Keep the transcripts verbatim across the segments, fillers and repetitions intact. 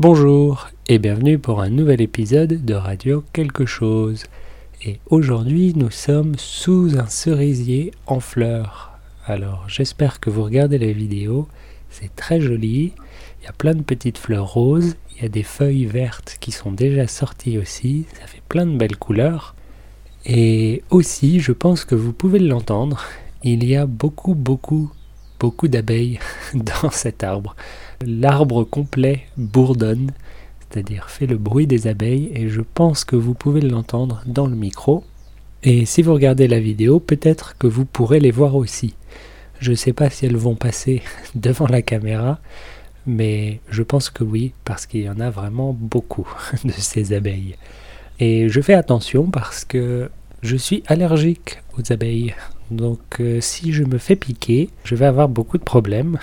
Bonjour et bienvenue pour un nouvel épisode de Radio Quelque chose. Et aujourd'hui nous sommes sous un cerisier en fleurs. Alors j'espère que vous regardez la vidéo, c'est très joli, il y a plein de petites fleurs roses, il y a des feuilles vertes qui sont déjà sorties aussi, ça fait plein de belles couleurs. Et aussi je pense que vous pouvez l'entendre, il y a beaucoup beaucoup beaucoup d'abeilles dans cet arbre. L'arbre complet bourdonne, c'est-à-dire fait le bruit des abeilles, et je pense que vous pouvez l'entendre dans le micro. Et si vous regardez la vidéo, peut-être que vous pourrez les voir aussi. Je ne sais pas si elles vont passer devant la caméra, mais je pense que oui, parce qu'il y en a vraiment beaucoup de ces abeilles. Et je fais attention parce que je suis allergique aux abeilles. Donc euh, si je me fais piquer, je vais avoir beaucoup de problèmes.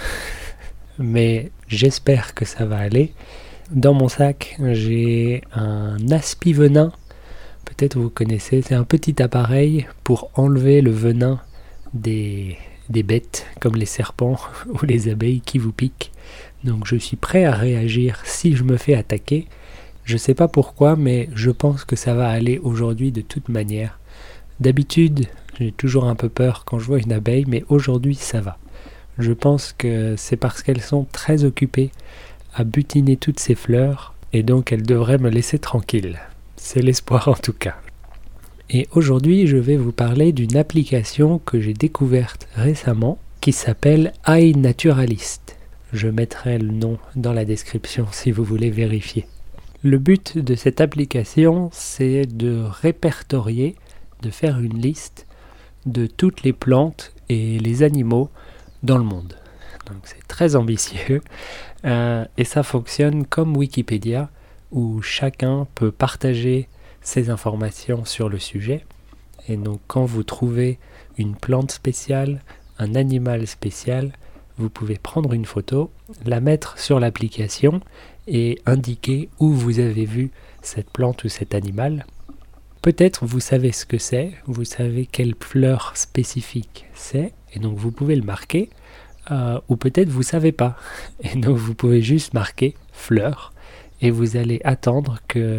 Mais j'espère que ça va aller. Dans mon sac, j'ai un aspi-venin. Peut-être vous connaissez, c'est un petit appareil pour enlever le venin des, des bêtes, comme les serpents ou les abeilles qui vous piquent. Donc je suis prêt à réagir si je me fais attaquer. Je ne sais pas pourquoi, mais je pense que ça va aller aujourd'hui de toute manière. D'habitude, j'ai toujours un peu peur quand je vois une abeille, mais aujourd'hui ça va. Je pense que c'est parce qu'elles sont très occupées à butiner toutes ces fleurs et donc elles devraient me laisser tranquille. C'est l'espoir en tout cas. Et aujourd'hui, je vais vous parler d'une application que j'ai découverte récemment qui s'appelle iNaturalist. Je mettrai le nom dans la description si vous voulez vérifier. Le but de cette application, c'est de répertorier, de faire une liste de toutes les plantes et les animaux dans le monde. Donc c'est très ambitieux euh, et ça fonctionne comme Wikipédia où chacun peut partager ses informations sur le sujet. Et donc quand vous trouvez une plante spéciale, un animal spécial, vous pouvez prendre une photo, la mettre sur l'application et indiquer où vous avez vu cette plante ou cet animal. Peut-être vous savez ce que c'est, vous savez quelle fleur spécifique c'est, et donc vous pouvez le marquer, euh, ou peut-être vous ne savez pas, et donc vous pouvez juste marquer fleur, et vous allez attendre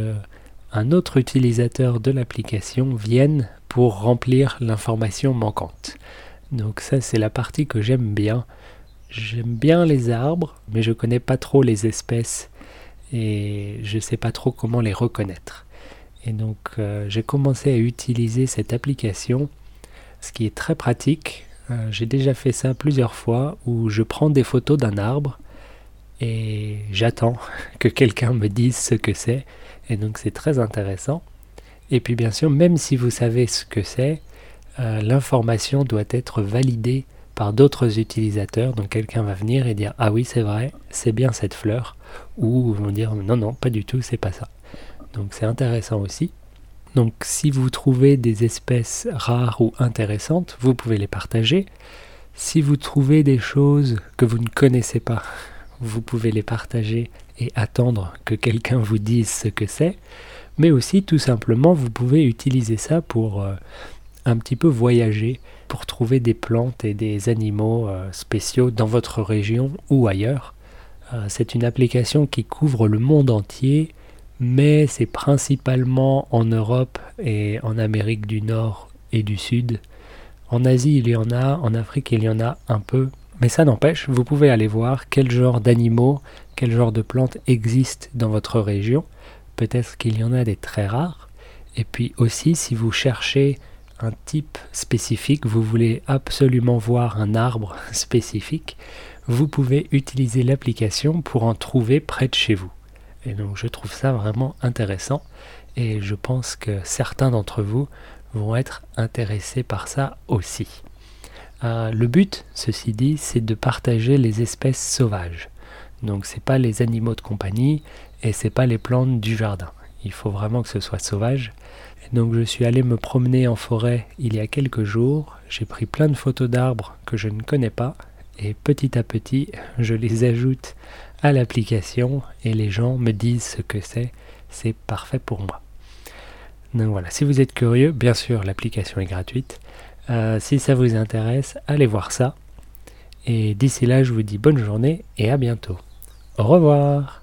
qu'un autre utilisateur de l'application vienne pour remplir l'information manquante. Donc ça c'est la partie que j'aime bien. J'aime bien les arbres, mais je ne connais pas trop les espèces, et je ne sais pas trop comment les reconnaître. Et donc euh, j'ai commencé à utiliser cette application, ce qui est très pratique. Euh, j'ai déjà fait ça plusieurs fois où je prends des photos d'un arbre et j'attends que quelqu'un me dise ce que c'est. Et donc c'est très intéressant. Et puis bien sûr, même si vous savez ce que c'est, euh, l'information doit être validée par d'autres utilisateurs. Donc quelqu'un va venir et dire « Ah oui, c'est vrai, c'est bien cette fleur » ou vont dire « Non, non, pas du tout, c'est pas ça ». Donc c'est intéressant aussi. Donc si vous trouvez des espèces rares ou intéressantes, vous pouvez les partager. Si vous trouvez des choses que vous ne connaissez pas, vous pouvez les partager et attendre que quelqu'un vous dise ce que c'est. Mais aussi tout simplement, vous pouvez utiliser ça pour euh, un petit peu voyager, pour trouver des plantes et des animaux euh, spéciaux dans votre région ou ailleurs. Euh, c'est une application qui couvre le monde entier, mais c'est principalement en Europe et en Amérique du Nord et du Sud. En Asie, il y en a, en Afrique, il y en a un peu. Mais ça n'empêche, vous pouvez aller voir quel genre d'animaux, quel genre de plantes existent dans votre région. Peut-être qu'il y en a des très rares. Et puis aussi, si vous cherchez un type spécifique, vous voulez absolument voir un arbre spécifique, vous pouvez utiliser l'application pour en trouver près de chez vous. Et donc je trouve ça vraiment intéressant et je pense que certains d'entre vous vont être intéressés par ça aussi. Euh, le but, ceci dit, c'est de partager les espèces sauvages. Donc c'est pas les animaux de compagnie et c'est pas les plantes du jardin. Il faut vraiment que ce soit sauvage. Et donc je suis allé me promener en forêt il y a quelques jours. J'ai pris plein de photos d'arbres que je ne connais pas et petit à petit je les ajoute à l'application et les gens me disent ce que c'est, c'est parfait pour moi. Donc voilà, si vous êtes curieux, bien sûr l'application est gratuite. Euh, si ça vous intéresse, allez voir ça. Et d'ici là, je vous dis bonne journée et à bientôt. Au revoir.